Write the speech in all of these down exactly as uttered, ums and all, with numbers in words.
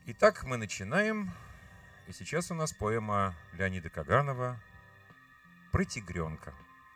Итак, мы начинаем. И сейчас у нас поэма Леонида Каганова про тигренка.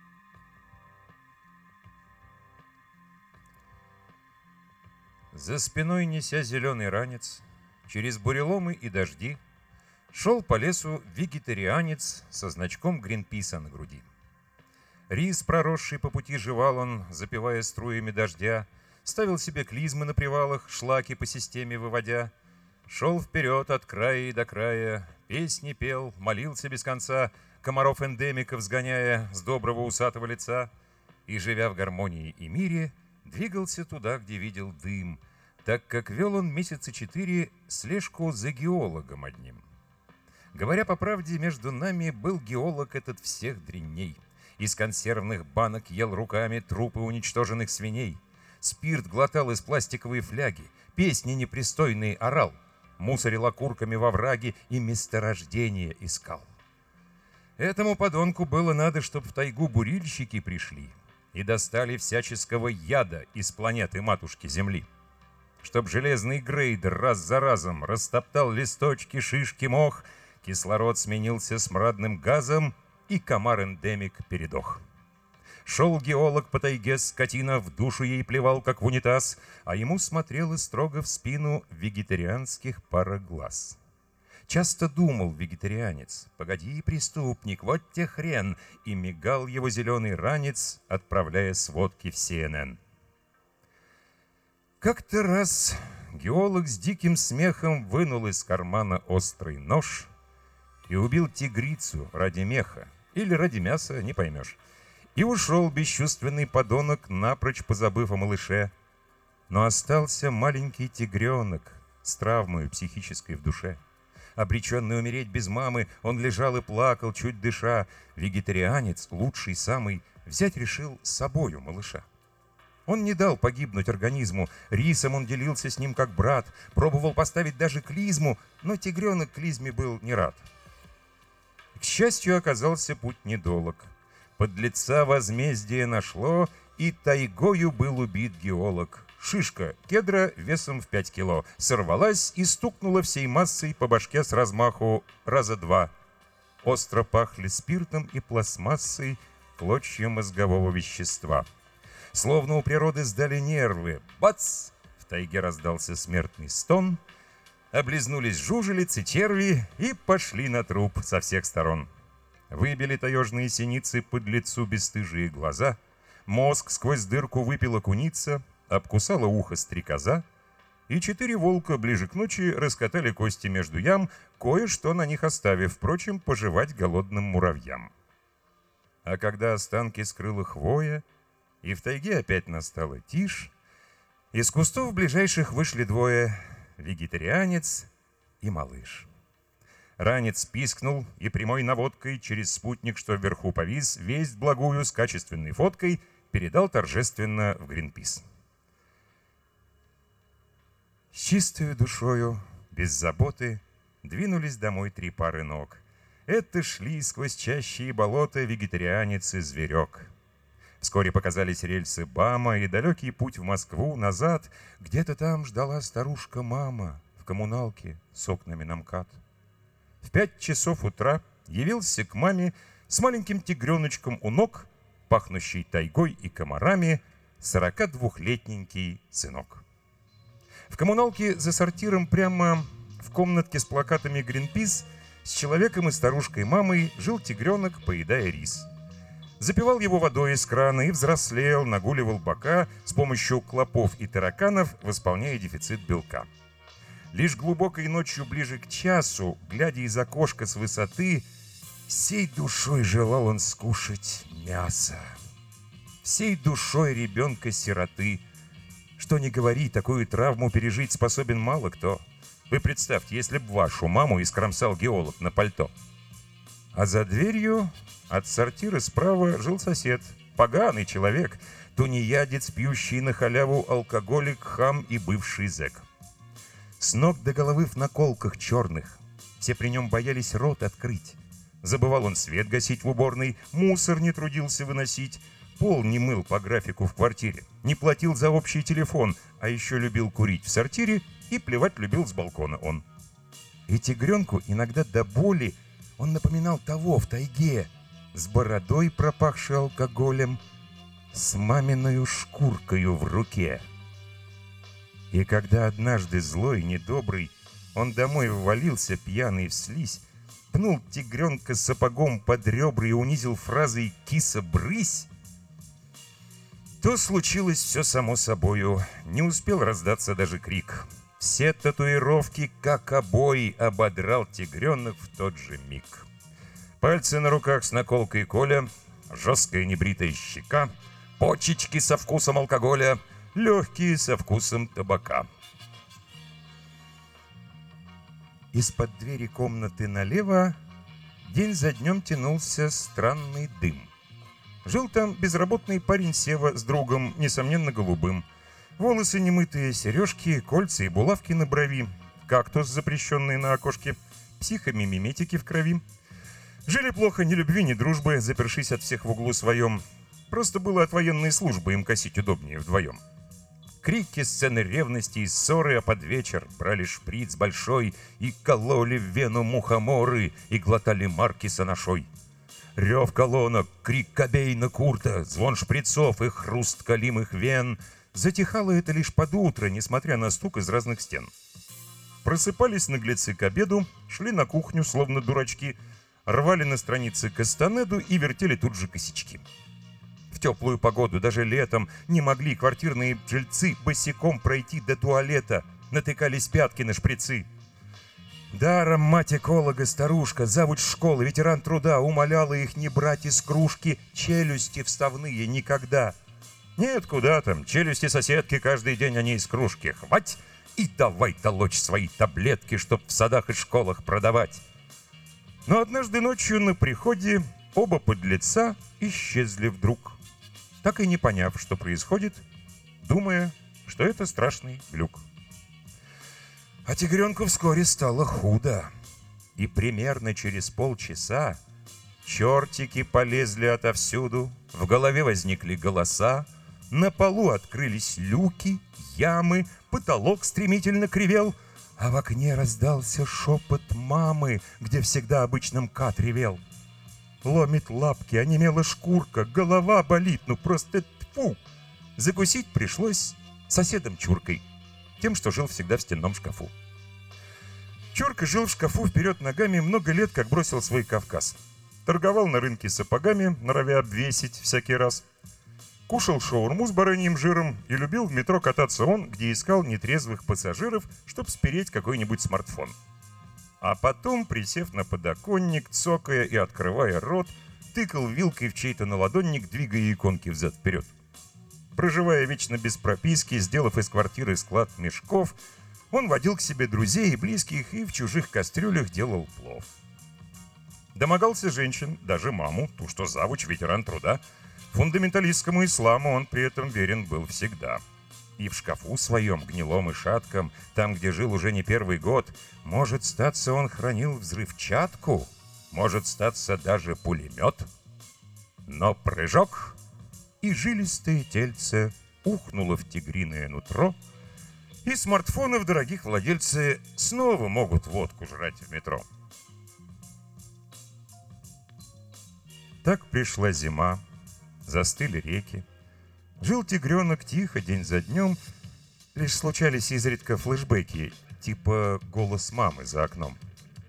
За спиной, неся зеленый ранец, через буреломы и дожди, шел по лесу вегетарианец со значком Гринписа на груди. Рис, проросший по пути, жевал он, запивая струями дождя, ставил себе клизмы на привалах, шлаки по системе выводя, шел вперед от края и до края, песни пел, молился без конца, комаров-эндемиков сгоняя с доброго усатого лица, и, живя в гармонии и мире, двигался туда, где видел дым, так как вел он месяца четыре слежку за геологом одним. Говоря по правде, между нами был геолог этот всех дрянней. Из консервных банок ел руками трупы уничтоженных свиней. Спирт глотал из пластиковой фляги, песни непристойные орал, мусорил окурками во враге и месторождение искал. Этому подонку было надо, чтоб в тайгу бурильщики пришли и достали всяческого яда из планеты матушки Земли. Чтоб железный грейдер раз за разом растоптал листочки, шишки, мох, кислород сменился смрадным газом, и комар-эндемик передох. Шел геолог по тайге, скотина в душу ей плевал, как в унитаз, а ему смотрел и строго в спину вегетарианских пара глаз. Часто думал вегетарианец: погоди, преступник, вот те хрен, и мигал его зеленый ранец, отправляя сводки в си эн эн. Как-то раз геолог с диким смехом вынул из кармана острый нож и убил тигрицу ради меха, или ради мяса, не поймешь. И ушел бесчувственный подонок, напрочь позабыв о малыше. Но остался маленький тигренок с травмой психической в душе. Обреченный умереть без мамы, он лежал и плакал, чуть дыша. Вегетарианец, лучший самый, взять решил с собою малыша. Он не дал погибнуть организму, рисом он делился с ним как брат, пробовал поставить даже клизму, но тигренок клизме был не рад. К счастью, оказался путь недолог. Подлеца возмездие нашло, и тайгою был убит геолог. Шишка кедра весом в пять кило сорвалась и стукнула всей массой по башке с размаху раза два. Остро пахли спиртом и пластмассой клочья мозгового вещества. Словно у природы сдали нервы. Бац! В тайге раздался смертный стон. Облизнулись жужелицы, черви и пошли на труп со всех сторон. Выбили таежные синицы подлецу бесстыжие глаза. Мозг сквозь дырку выпила куница, обкусала ухо стрекоза. И четыре волка ближе к ночи раскатали кости между ям, кое-что на них оставив, впрочем, пожевать голодным муравьям. А когда останки скрыла хвоя, и в тайге опять настала тишь, из кустов ближайших вышли двое — вегетарианец и малыш. Ранец пискнул и прямой наводкой через спутник, что вверху повис, весть благую с качественной фоткой передал торжественно в Гринпис. С чистою душою, без заботы, двинулись домой три пары ног. Это шли сквозь чащи и болота вегетарианец и зверек. Вскоре показались рельсы БАМа и далекий путь в Москву назад. Где-то там ждала старушка-мама в коммуналке с окнами на МКАД. В пять часов утра явился к маме с маленьким тигреночком у ног, пахнущий тайгой и комарами, сорокадвухлетненький сынок. В коммуналке за сортиром прямо в комнатке с плакатами «Гринпис» с человеком и старушкой-мамой жил тигренок, поедая рис. Запивал его водой из крана и взрослел, нагуливал бока с помощью клопов и тараканов, восполняя дефицит белка. Лишь глубокой ночью ближе к часу, глядя из окошка с высоты, всей душой желал он скушать мясо. Всей душой ребенка-сироты. Что ни говори, такую травму пережить способен мало кто. Вы представьте, если б вашу маму искромсал геолог на пальто. А за дверью от сортира справа жил сосед, поганый человек, тунеядец, пьющий на халяву, алкоголик, хам и бывший зэк. С ног до головы в наколках черных, все при нем боялись рот открыть. Забывал он свет гасить в уборной, мусор не трудился выносить, пол не мыл по графику в квартире, не платил за общий телефон, а еще любил курить в сортире и плевать любил с балкона он. И тигренку иногда до боли он напоминал того в тайге, с бородой, пропахшей алкоголем, с маминою шкуркою в руке. И когда однажды злой, недобрый, он домой ввалился, пьяный в слизь, пнул тигренка сапогом под ребра и унизил фразой «киса, брысь», то случилось все само собою, не успел раздаться даже крик. Все татуировки, как обои, ободрал тигренок в тот же миг. Пальцы на руках с наколкой Коля, жесткая небритая щека, почечки со вкусом алкоголя, легкие со вкусом табака. Из-под двери комнаты налево день за днем тянулся странный дым. Жил там безработный парень Сева с другом, несомненно, голубым. Волосы немытые, сережки, кольца и булавки на брови, кактус, запрещенный на окошке, психомимиметики в крови. Жили плохо, ни любви, ни дружбы, запершись от всех в углу своем. Просто было от военной службы им косить удобнее вдвоем. Крики, сцены ревности и ссоры, а под вечер брали шприц большой и кололи в вену мухоморы и глотали марки с анашой. Рев колонок, крик Кобейна Курта, звон шприцов и хруст калимых вен. Затихало это лишь под утро, несмотря на стук из разных стен. Просыпались наглецы к обеду, шли на кухню, словно дурачки, рвали на странице кастанеду и вертели тут же косячки. В теплую погоду, даже летом, не могли квартирные жильцы босиком пройти до туалета, натыкались пятки на шприцы. Даром мать эколога, старушка, завуч школы, ветеран труда умоляла их не брать из кружки челюсти вставные никогда. Нет, куда там, челюсти соседки каждый день они из кружки. Хвать и давай толочь свои таблетки, чтоб в садах и школах продавать. Но однажды ночью на приходе оба подлеца исчезли вдруг, так и не поняв, что происходит, думая, что это страшный глюк. А тигренку вскоре стало худо, и примерно через полчаса чертики полезли отовсюду, в голове возникли голоса, на полу открылись люки, ямы, потолок стремительно кривел, а в окне раздался шепот мамы, где всегда обычно МКАД ревел. Ломит лапки, онемела шкурка, голова болит, ну просто тьфу! Закусить пришлось соседом Чуркой, тем, что жил всегда в стенном шкафу. Чурка жил в шкафу вперед ногами много лет, как бросил свой Кавказ. Торговал на рынке сапогами, норовя обвесить всякий раз. Кушал шаурму с бараньим жиром и любил в метро кататься он, где искал нетрезвых пассажиров, чтобы спереть какой-нибудь смартфон. А потом, присев на подоконник, цокая и открывая рот, тыкал вилкой в чей-то наладонник, двигая иконки взад-вперед. Проживая вечно без прописки, сделав из квартиры склад мешков, он водил к себе друзей и близких и в чужих кастрюлях делал плов. Домогался женщин, даже маму, ту, что завуч, ветеран труда. Фундаменталистскому исламу он при этом верен был всегда. И в шкафу своем, гнилом и шатком, там, где жил уже не первый год, может статься, он хранил взрывчатку, может статься даже пулемет. Но прыжок, и жилистое тельце ухнуло в тигриное нутро, и смартфонов дорогих владельцы снова могут водку жрать в метро. Так пришла зима, застыли реки. Жил тигренок тихо, день за днем. Лишь случались изредка флешбеки, типа голос мамы за окном.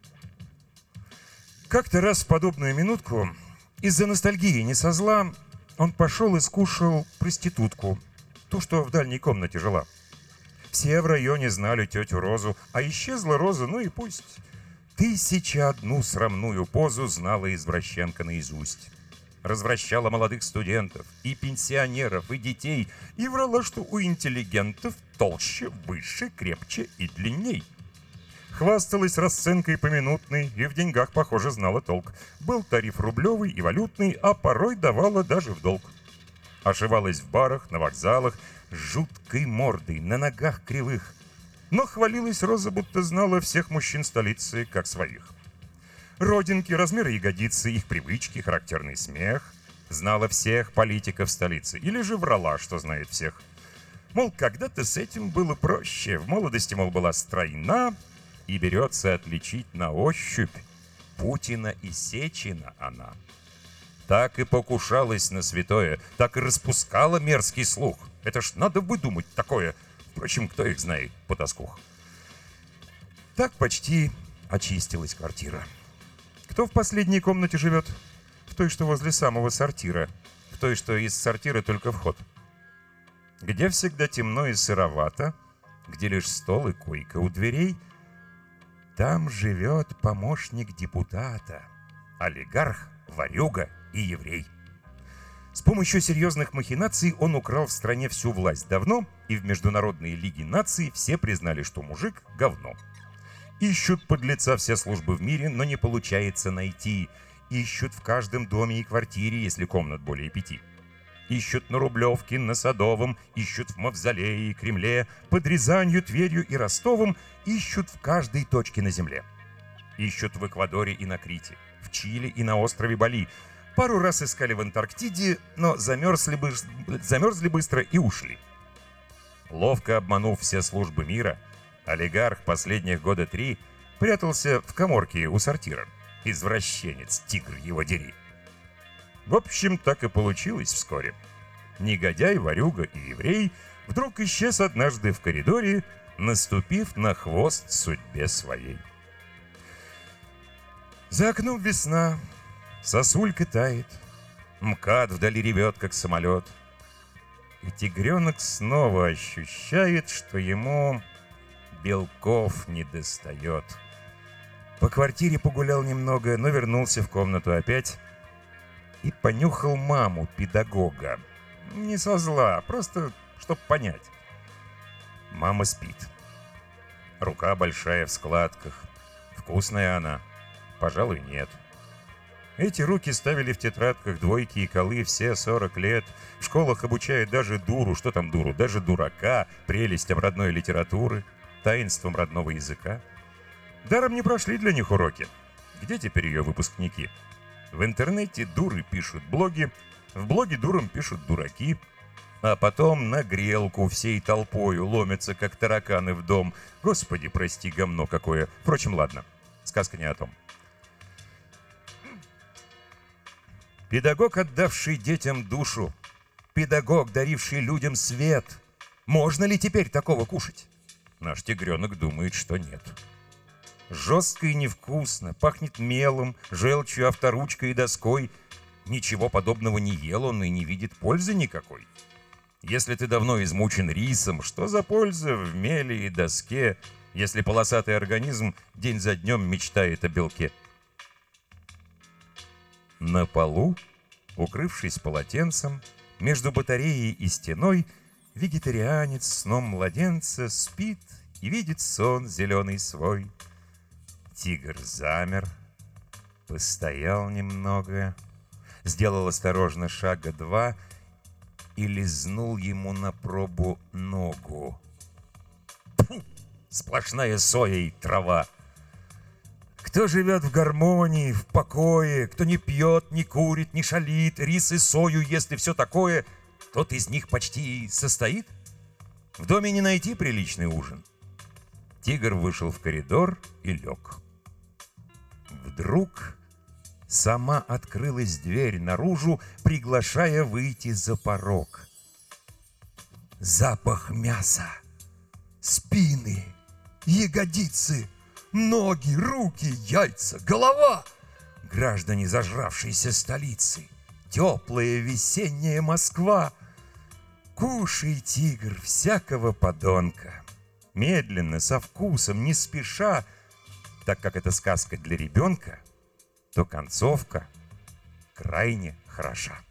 Как-то раз в подобную минутку, из-за ностальгии, не со зла, он пошел и скушал проститутку, ту, что в дальней комнате жила. Все в районе знали тетю Розу, а исчезла Роза, ну и пусть. Тысяча одну срамную позу знала извращенка наизусть. Развращала молодых студентов, и пенсионеров, и детей, и врала, что у интеллигентов толще, выше, крепче и длинней. Хвасталась расценкой поминутной и в деньгах, похоже, знала толк. Был тариф рублевый и валютный, а порой давала даже в долг. Ошивалась в барах, на вокзалах, с жуткой мордой, на ногах кривых. Но хвалилась Роза, будто знала всех мужчин столицы как своих. Родинки, размеры ягодицы, их привычки, характерный смех. Знала всех политиков столицы. Или же врала, что знает всех. Мол, когда-то с этим было проще. В молодости, мол, была стройна, и берется отличить на ощупь Путина и Сечина она. Так и покушалась на святое, так и распускала мерзкий слух. Это ж надо выдумать такое. Впрочем, кто их знает, потаскух. Так почти очистилась квартира. Кто в последней комнате живет? В той, что возле самого сортира. В той, что из сортира только вход. Где всегда темно и сыровато, где лишь стол и койка у дверей, там живет помощник депутата, олигарх, ворюга и еврей. С помощью серьезных махинаций он украл в стране всю власть давно, и в Международной лиге наций все признали, что мужик — говно. Ищут подлеца все службы в мире, но не получается найти. Ищут в каждом доме и квартире, если комнат более пяти. Ищут на Рублевке, на Садовом, ищут в Мавзолее и Кремле, под Рязанью, Тверью и Ростовом, ищут в каждой точке на земле. Ищут в Эквадоре и на Крите, в Чили и на острове Бали. Пару раз искали в Антарктиде, но замерзли, бы, замерзли быстро и ушли. Ловко обманув все службы мира, олигарх последних года три прятался в каморке у сортира. Извращенец, тигр его дери. В общем, так и получилось вскоре. Негодяй, ворюга и еврей вдруг исчез однажды в коридоре, наступив на хвост судьбе своей. За окном весна, сосулька тает, МКАД вдали ревет, как самолет. И тигренок снова ощущает, что ему белков недостает. По квартире погулял немного, но вернулся в комнату опять и понюхал маму, педагога. Не со зла, просто чтоб понять. Мама спит. Рука большая в складках. Вкусная она? Пожалуй, нет. Эти руки ставили в тетрадках двойки и колы все сорок лет. В школах обучают даже дуру, что там дуру, даже дурака, прелестям родной литературы, таинствам родного языка. Даром не прошли для них уроки. Где теперь ее выпускники? В интернете дуры пишут блоги, в блоге дурам пишут дураки, а потом на грелку всей толпою ломятся, как тараканы в дом. Господи, прости, говно какое. Впрочем, ладно, сказка не о том. Педагог, отдавший детям душу, педагог, даривший людям свет. Можно ли теперь такого кушать? Наш тигренок думает, что нет. Жестко и невкусно, пахнет мелом, желчью, авторучкой и доской. Ничего подобного не ел он и не видит пользы никакой. Если ты давно измучен рисом, что за польза в меле и доске, если полосатый организм день за днем мечтает о белке? На полу, укрывшись полотенцем, между батареей и стеной, вегетарианец сном младенца спит и видит сон зеленый свой. Тигр замер, постоял немного, сделал осторожно шага два и лизнул ему на пробу ногу. Фу, сплошная соя и трава. Кто живет в гармонии, в покое, кто не пьет, не курит, не шалит, рис и сою, если все такое, тот из них почти и состоит. В доме не найти приличный ужин. Тигр вышел в коридор и лег. Вдруг сама открылась дверь наружу, приглашая выйти за порог. Запах мяса, спины, ягодицы, ноги, руки, яйца, голова. Граждане зажравшейся столицы, теплая весенняя Москва. Кушай, тигр, всякого подонка. Медленно, со вкусом, не спеша. Так как это сказка для ребенка, то концовка крайне хороша.